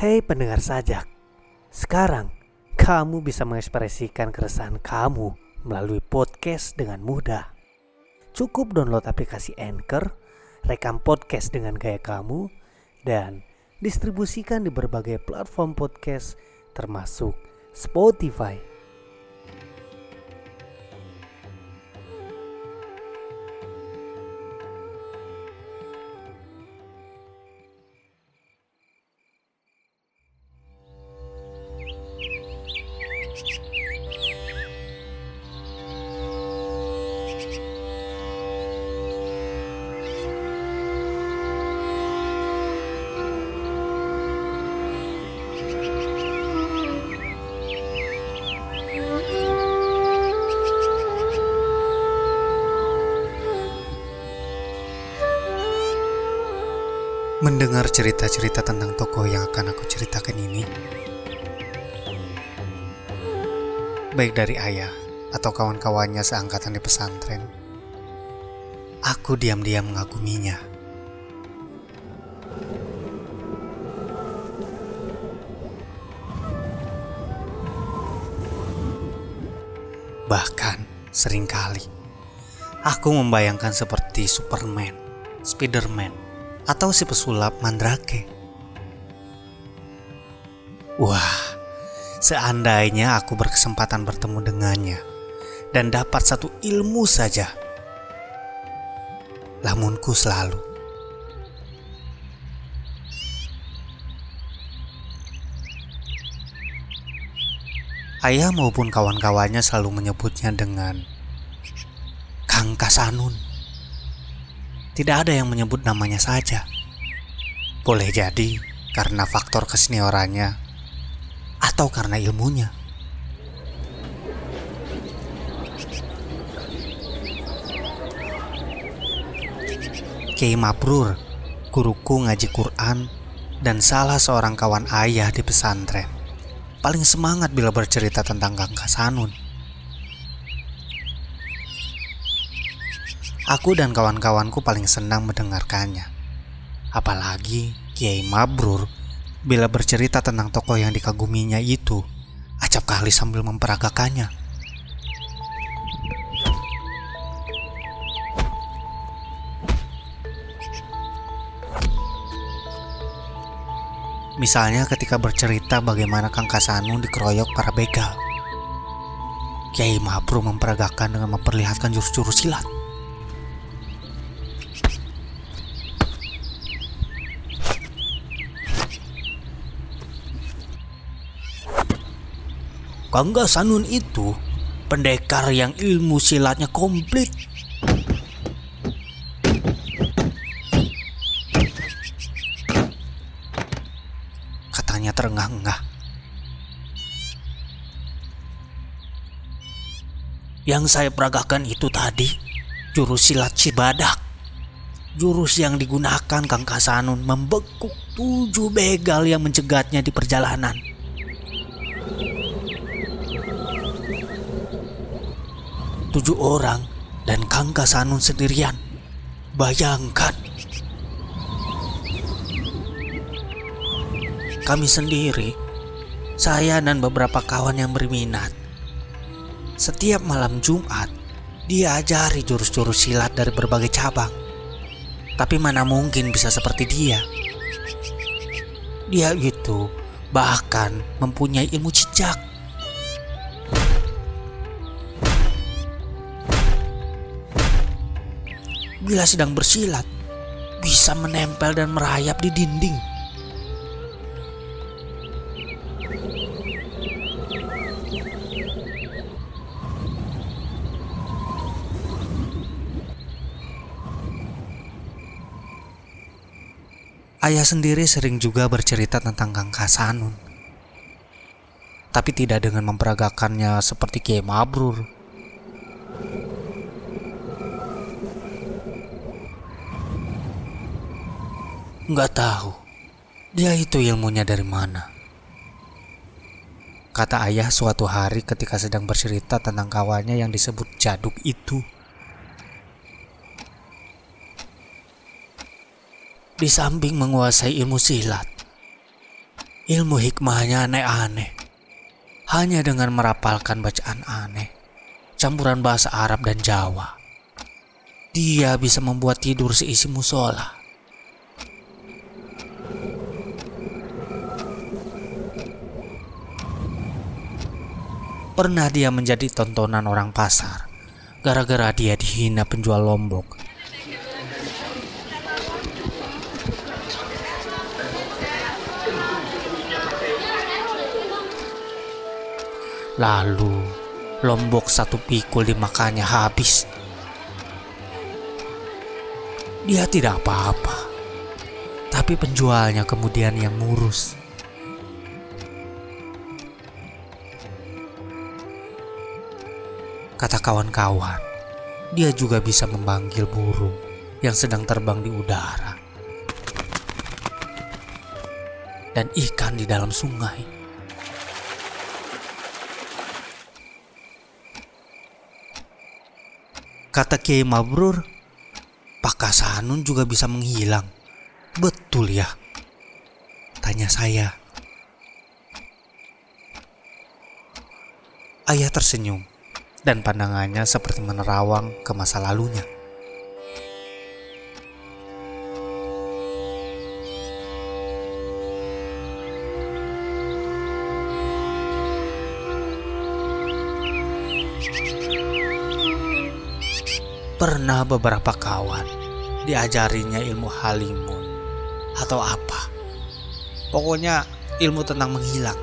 Hei pendengar sajak, sekarang kamu bisa mengekspresikan keresahan kamu melalui podcast dengan mudah. Cukup download aplikasi Anchor, rekam podcast dengan gaya kamu, dan distribusikan di berbagai platform podcast termasuk Spotify. Mendengar cerita-cerita tentang tokoh yang akan aku ceritakan ini, baik dari ayah atau kawan-kawannya seangkatan di pesantren, aku diam-diam mengaguminya. Bahkan seringkali aku membayangkan seperti Superman, Spiderman, atau si pesulap Mandrake. Wah, seandainya aku berkesempatan bertemu dengannya dan dapat satu ilmu saja. Lamunku selalu, ayah maupun kawan-kawannya selalu menyebutnya dengan Kang Kasanun. Tidak ada yang menyebut namanya saja. Boleh jadi karena faktor keseniorannya atau karena ilmunya. Kiai Mabrur, guruku ngaji Quran dan salah seorang kawan ayah di pesantren, paling semangat bila bercerita tentang Kang Kasanun. Aku dan kawan-kawanku paling senang mendengarkannya. Apalagi Kiai Mabrur bila bercerita tentang tokoh yang dikaguminya itu, acap kali sambil memperagakannya. Misalnya ketika bercerita bagaimana Kang Kasanun dikeroyok para begal, Kiai Mabrur memperagakan dengan memperlihatkan jurus-jurus silat. Kang Kasanun itu pendekar yang ilmu silatnya komplit. Katanya terengah-engah. Yang saya peragakan itu tadi jurus silat Cibadak. Jurus yang digunakan Kang Kasanun membekuk 7 begal yang mencegatnya di perjalanan. Tujuh orang dan Kang Kasanun sendirian. Bayangkan. Kami sendiri, saya dan beberapa kawan yang berminat, setiap malam Jumat diajari jurus-jurus silat dari berbagai cabang. Tapi mana mungkin bisa seperti dia. Dia itu bahkan mempunyai ilmu cicak. Bila sedang bersilat, bisa menempel dan merayap di dinding. Ayah sendiri sering juga bercerita tentang Kang Kasanun, tapi tidak dengan memperagakannya seperti Kiai Mabrur. Nggak tahu dia itu ilmunya dari mana. Kata ayah suatu hari ketika sedang bercerita tentang kawannya yang disebut Jaduk itu. Di samping menguasai ilmu silat, Ilmu hikmahnya aneh-aneh. Hanya dengan merapalkan bacaan aneh, campuran bahasa Arab dan Jawa, dia bisa membuat tidur seisi musola. Pernah dia menjadi tontonan orang pasar gara-gara dia dihina penjual lombok. Lalu lombok satu pikul dimakannya habis. Dia tidak apa-apa, tapi penjualnya kemudian yang ngurus. Kata kawan-kawan, dia juga bisa memanggil burung yang sedang terbang di udara dan ikan di dalam sungai. Kata Kiai Mabrur, Pak Kasanun juga bisa menghilang. Betul ya? Tanya saya. Ayah tersenyum dan pandangannya seperti menerawang ke masa lalunya. Pernah beberapa kawan diajarinya ilmu halimun atau apa. Pokoknya ilmu tentang menghilang.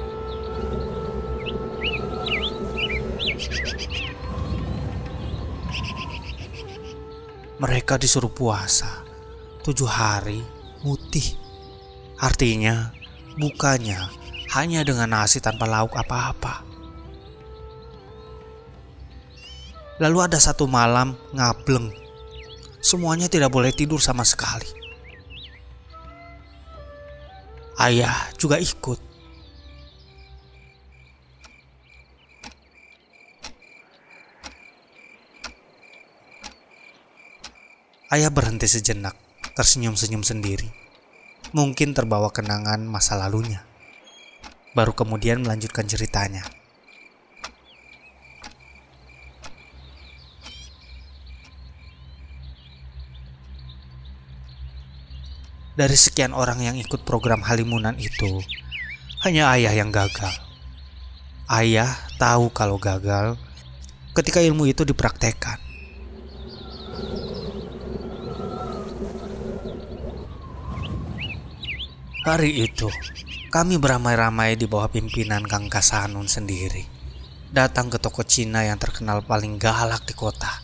Mereka disuruh puasa 7 hari mutih. Artinya bukanya hanya dengan nasi tanpa lauk apa-apa. Lalu ada satu malam ngableng. Semuanya tidak boleh tidur sama sekali. Ayah juga ikut. Ayah berhenti sejenak, tersenyum-senyum sendiri. Mungkin terbawa kenangan masa lalunya. Baru kemudian melanjutkan ceritanya. Dari sekian orang yang ikut program halimunan itu, hanya ayah yang gagal. Ayah tahu kalau gagal ketika ilmu itu dipraktekkan. Hari itu, kami beramai-ramai di bawah pimpinan Kang Kasanun sendiri, datang ke toko Cina yang terkenal paling galak di kota.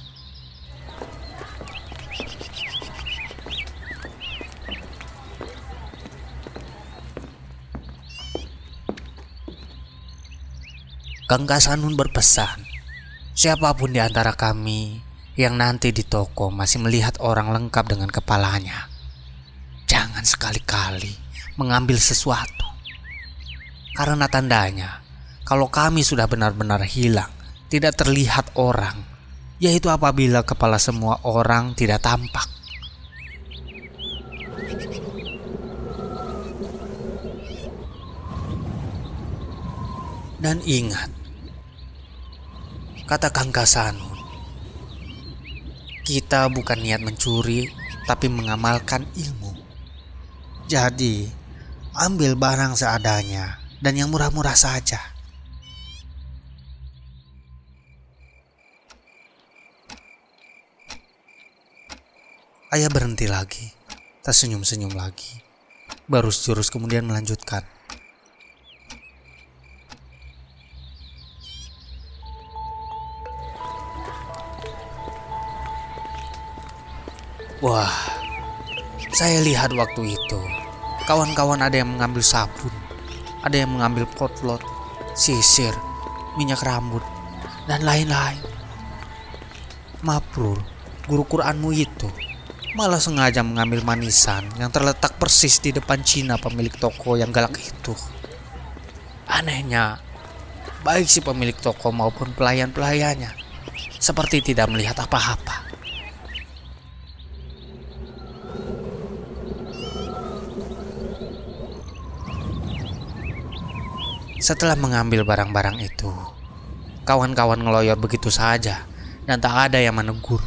Kang Kasanun berpesan, siapapun di antara kami yang nanti di toko masih melihat orang lengkap dengan kepalanya, jangan sekali-kali mengambil sesuatu. Karena tandanya, kalau kami sudah benar-benar hilang, tidak terlihat orang, yaitu apabila kepala semua orang tidak tampak. Dan ingat, kata Kang Kasanun, kita bukan niat mencuri, tapi mengamalkan ilmu. Jadi, ambil barang seadanya dan yang murah-murah saja. Ayah berhenti lagi, tersenyum-senyum lagi. Baru jurus kemudian melanjutkan. Wah, saya lihat waktu itu, kawan-kawan ada yang mengambil sabun, ada yang mengambil potlot, sisir, minyak rambut, dan lain-lain. Mabrur, guru Quranmu itu, malah sengaja mengambil manisan yang terletak persis di depan Cina pemilik toko yang galak itu. Anehnya, baik si pemilik toko maupun pelayan-pelayannya, seperti tidak melihat apa-apa. Setelah mengambil barang-barang itu, kawan-kawan ngeloyor begitu saja dan tak ada yang menegur.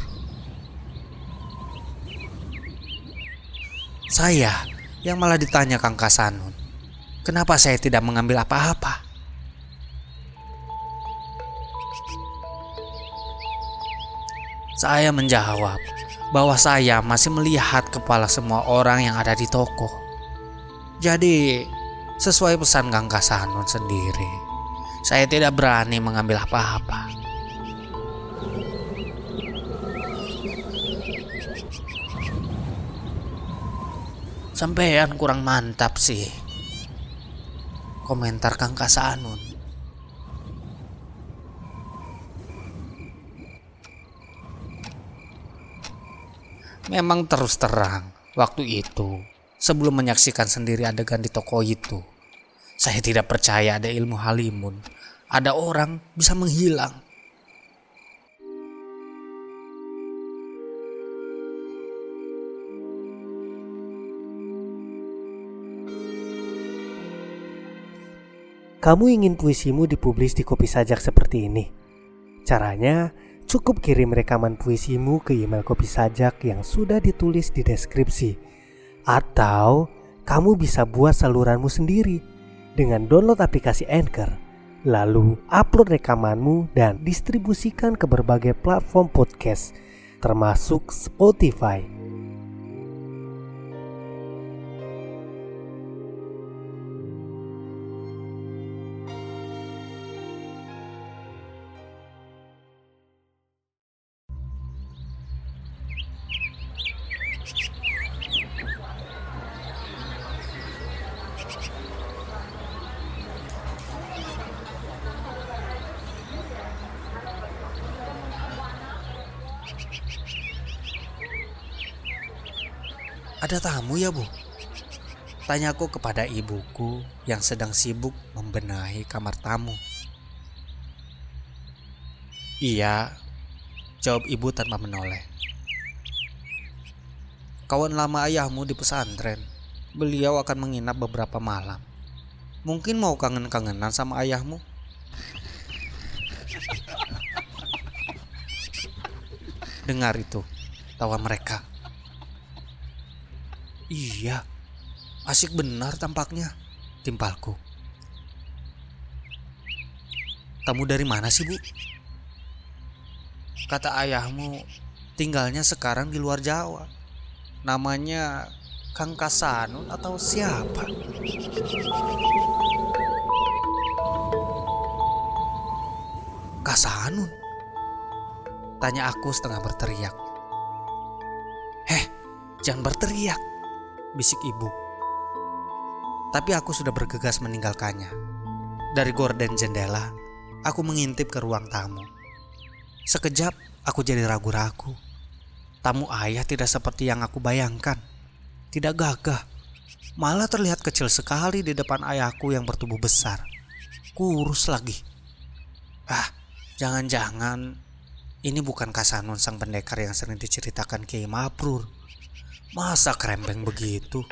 Saya yang malah ditanya Kang Kasanun, kenapa saya tidak mengambil apa-apa? Saya menjawab bahwa saya masih melihat kepala semua orang yang ada di toko. Jadi, sesuai pesan Kang Kasanun sendiri, saya tidak berani mengambil apa-apa. Sampean kurang mantap sih, komentar Kang Kasanun. Memang terus terang, waktu itu, sebelum menyaksikan sendiri adegan di toko itu, saya tidak percaya ada ilmu halimun, ada orang bisa menghilang. Kamu ingin puisimu dipublis di Kopi Sajak seperti ini? Caranya, cukup kirim rekaman puisimu ke email Kopi Sajak yang sudah ditulis di deskripsi. Atau, kamu bisa buat saluranmu sendiri dengan download aplikasi Anchor, lalu upload rekamanmu dan distribusikan ke berbagai platform podcast, termasuk Spotify. Ada tamu ya, Bu? Tanyaku kepada ibuku yang sedang sibuk membenahi kamar tamu. Iya, jawab ibu tanpa menoleh. Kawan lama ayahmu di pesantren. Beliau akan menginap beberapa malam. Mungkin mau kangen-kangenan sama ayahmu. Dengar itu, tawa mereka. Iya, asik benar tampaknya, timpalku. Kamu dari mana sih, Bu? Kata ayahmu, tinggalnya sekarang di luar Jawa. Namanya Kang Kasanun atau siapa? Kasanun? Tanya aku setengah berteriak. Jangan berteriak, bisik ibu. Tapi aku sudah bergegas meninggalkannya. Dari gorden jendela, aku mengintip ke ruang tamu. Sekejap, aku jadi ragu-ragu. Tamu ayah tidak seperti yang aku bayangkan. Tidak gagah, malah terlihat kecil sekali di depan ayahku yang bertubuh besar. Kurus lagi. Jangan-jangan ini bukan Kasanun sang pendekar yang sering diceritakan Kiai Mabrur. Masa kerempeng begitu?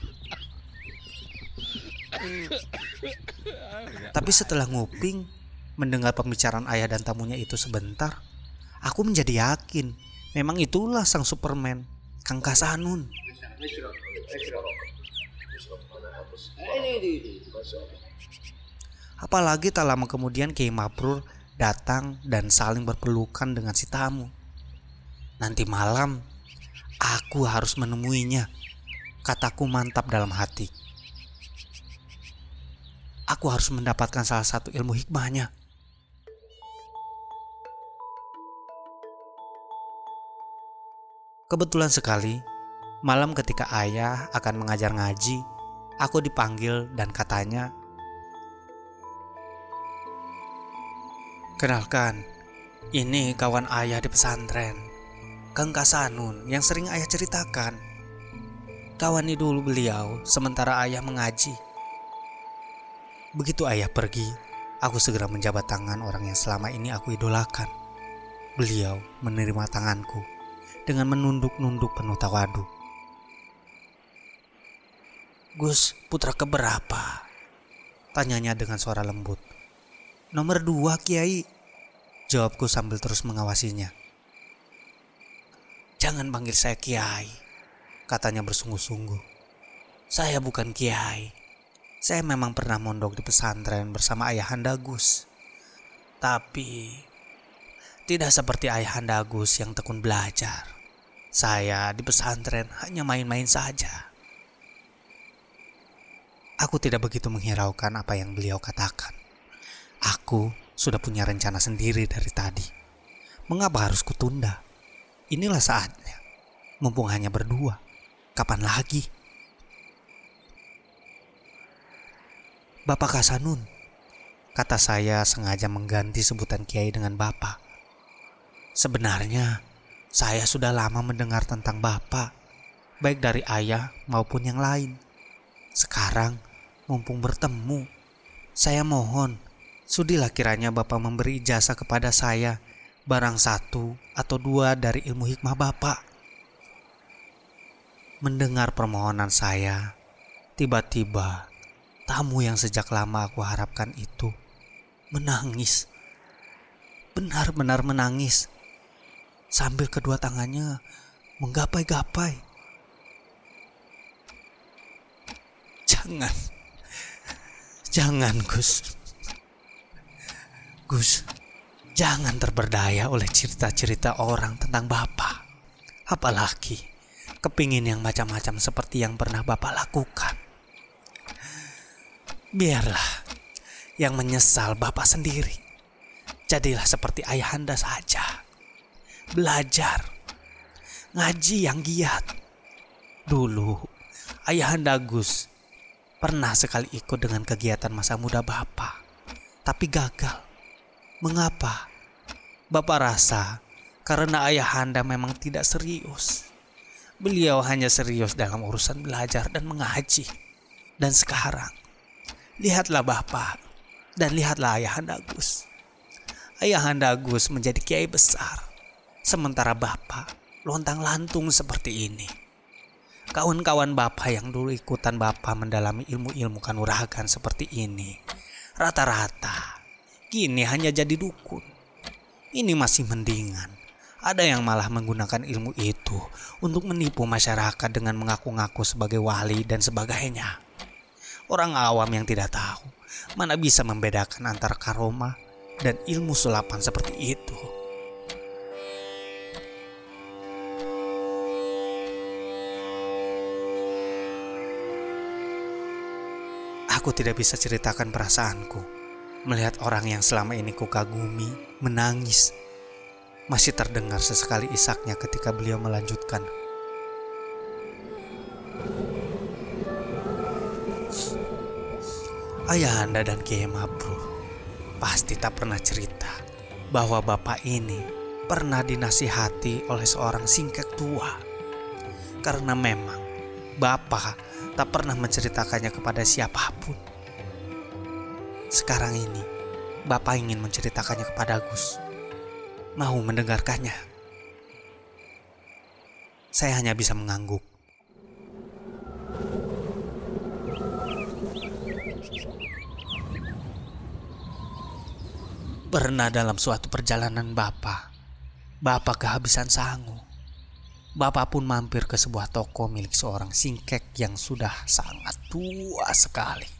Tapi setelah nguping, mendengar pembicaraan ayah dan tamunya itu sebentar, aku menjadi yakin memang itulah sang Superman, Kang Kasanun. Apalagi tak lama kemudian Kiai Mabrur datang dan saling berpelukan dengan si tamu. Nanti malam aku harus menemuinya, kataku mantap dalam hati. Aku harus mendapatkan salah satu ilmu hikmahnya. Kebetulan sekali, malam ketika ayah akan mengajar ngaji, aku dipanggil dan katanya, "Kenalkan, ini kawan ayah di pesantren, Kang Kasanun yang sering ayah ceritakan. Kawani dulu beliau sementara ayah mengaji." Begitu ayah pergi, aku segera menjabat tangan orang yang selama ini aku idolakan. Beliau menerima tanganku dengan menunduk-nunduk penuh tawadu. "Gus, putra keberapa?" Tanyanya dengan suara lembut. Nomor 2 Kiai, jawabku sambil terus mengawasinya. Jangan panggil saya Kiai, katanya bersungguh-sungguh. Saya bukan Kiai. Saya memang pernah mondok di pesantren bersama Ayahanda Gus. Tapi tidak seperti Ayahanda Gus yang tekun belajar. Saya di pesantren hanya main-main saja. Aku tidak begitu menghiraukan apa yang beliau katakan. Aku sudah punya rencana sendiri dari tadi. Mengapa harus kutunda? Inilah saatnya. Mumpung hanya berdua. Kapan lagi? Bapak Kasanun, kata saya sengaja mengganti sebutan Kiai dengan Bapak. Sebenarnya saya sudah lama mendengar tentang Bapak, baik dari ayah maupun yang lain. Sekarang mumpung bertemu, saya mohon, sudilah kiranya Bapak memberi ijazah kepada saya, barang 1 atau 2 dari ilmu hikmah Bapak. Mendengar permohonan saya, tiba-tiba tamu yang sejak lama aku harapkan itu menangis. Benar-benar menangis. Sambil kedua tangannya menggapai-gapai. Jangan Gus. Gus, jangan terberdaya oleh cerita-cerita orang tentang Bapak. Apalagi kepingin yang macam-macam seperti yang pernah Bapak lakukan. Biarlah yang menyesal Bapak sendiri. Jadilah seperti Ayahanda saja. Belajar, ngaji yang giat. Dulu Ayahanda Gus pernah sekali ikut dengan kegiatan masa muda Bapak, tapi gagal. Mengapa? Bapak rasa karena Ayahanda memang tidak serius. Beliau hanya serius dalam urusan belajar dan mengaji. Dan sekarang, lihatlah Bapak dan lihatlah Ayahanda Gus. Ayahanda Gus menjadi kiai besar. Sementara Bapak lontang-lantung seperti ini. Kawan-kawan Bapak yang dulu ikutan Bapak mendalami ilmu-ilmu kanuragan seperti ini, rata-rata kini hanya jadi dukun. Ini masih mendingan. Ada yang malah menggunakan ilmu itu untuk menipu masyarakat dengan mengaku-ngaku sebagai wali dan sebagainya. Orang awam yang tidak tahu mana bisa membedakan antara karomah dan ilmu sulapan seperti itu. Aku tidak bisa ceritakan perasaanku melihat orang yang selama ini kukagumi menangis. Masih terdengar sesekali isaknya ketika beliau melanjutkan. Ayahanda dan Kiai Mabrur pasti tak pernah cerita bahwa Bapak ini pernah dinasihati oleh seorang singkek tua. Karena memang Bapak tak pernah menceritakannya kepada siapapun. Sekarang ini Bapak ingin menceritakannya kepada Gus. Mau mendengarkannya? Saya hanya bisa mengangguk. Pernah dalam suatu perjalanan Bapak kehabisan sangu. Bapak pun mampir ke sebuah toko milik seorang singkek yang sudah sangat tua sekali.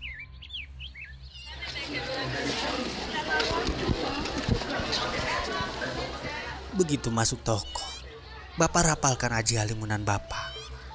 Begitu masuk toko, Bapak rapalkan aji halimunan Bapak.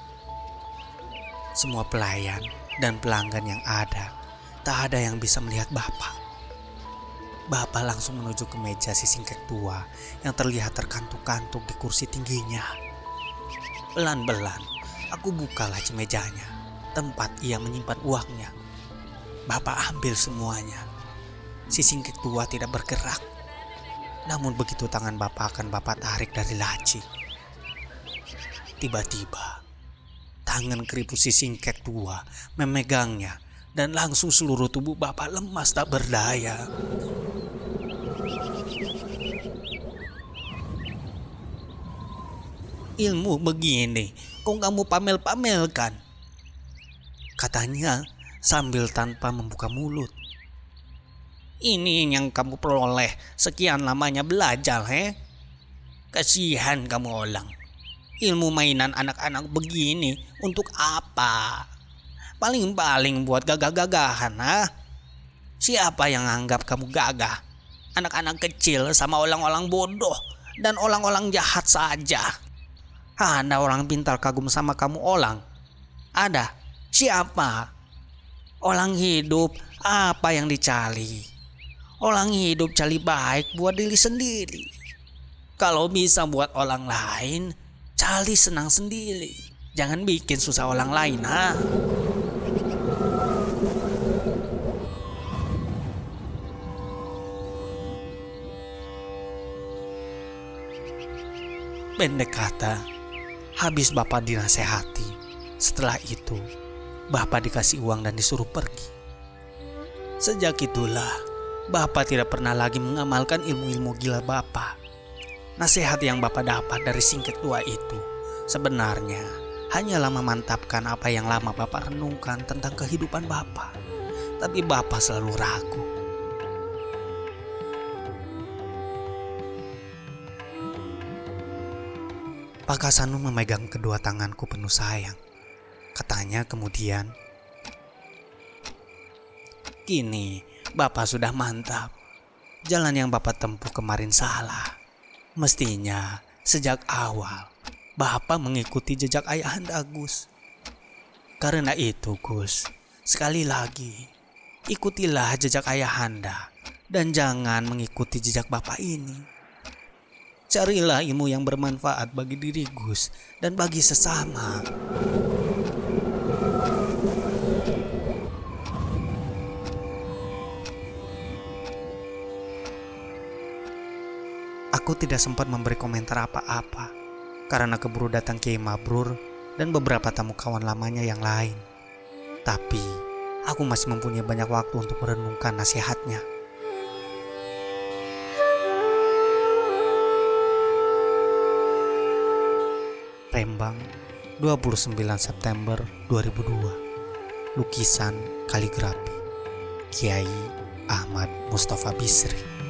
Semua pelayan dan pelanggan yang ada, tak ada yang bisa melihat Bapak. Bapak langsung menuju ke meja si singkek tua yang terlihat terkantuk-kantuk di kursi tingginya. Pelan-pelan aku buka laci mejanya, tempat ia menyimpan uangnya. Bapak ambil semuanya. Si singkek tua tidak bergerak. Namun begitu tangan Bapak akan Bapak tarik dari laci, tiba-tiba tangan keriput si singkek tua memegangnya dan langsung seluruh tubuh Bapak lemas tak berdaya. Ilmu begini, kok kamu pamel-pamelkan? Katanya sambil tanpa membuka mulut. Ini yang kamu peroleh sekian lamanya belajar, Kasihan kamu Olang. Ilmu mainan anak-anak begini untuk apa? Paling-paling buat gagah-gagahan, Siapa yang anggap kamu gagah? Anak-anak kecil sama orang-orang bodoh dan orang-orang jahat saja. Ada orang pintar kagum sama kamu Olang? Ada? Siapa? Orang hidup apa yang dicari? Orang hidup cari baik buat diri sendiri. Kalau bisa buat orang lain, cari senang sendiri. Jangan bikin susah orang lain, Pendek kata, habis Bapak dinasehati. Setelah itu, Bapak dikasih uang dan disuruh pergi. Sejak itulah, Bapak tidak pernah lagi mengamalkan ilmu-ilmu gila Bapak. Nasihat yang Bapak dapat dari singket tua itu sebenarnya hanyalah memantapkan apa yang lama Bapak renungkan tentang kehidupan Bapak. Tapi Bapak selalu ragu. Pak Kasanu memegang kedua tanganku penuh sayang. Katanya kemudian, "Kini Bapak sudah mantap. Jalan yang Bapak tempuh kemarin salah. Mestinya sejak awal Bapak mengikuti jejak ayahanda Gus. Karena itu Gus, sekali lagi ikutilah jejak ayahanda dan jangan mengikuti jejak Bapak ini. Carilah ilmu yang bermanfaat bagi diri Gus dan bagi sesama." Aku tidak sempat memberi komentar apa-apa karena keburu datang Kiai Mabrur dan beberapa tamu kawan lamanya yang lain. Tapi aku masih mempunyai banyak waktu untuk merenungkan nasihatnya. Rembang, 29 September 2002. Lukisan kaligrafi Kiai Ahmad Mustafa Bisri.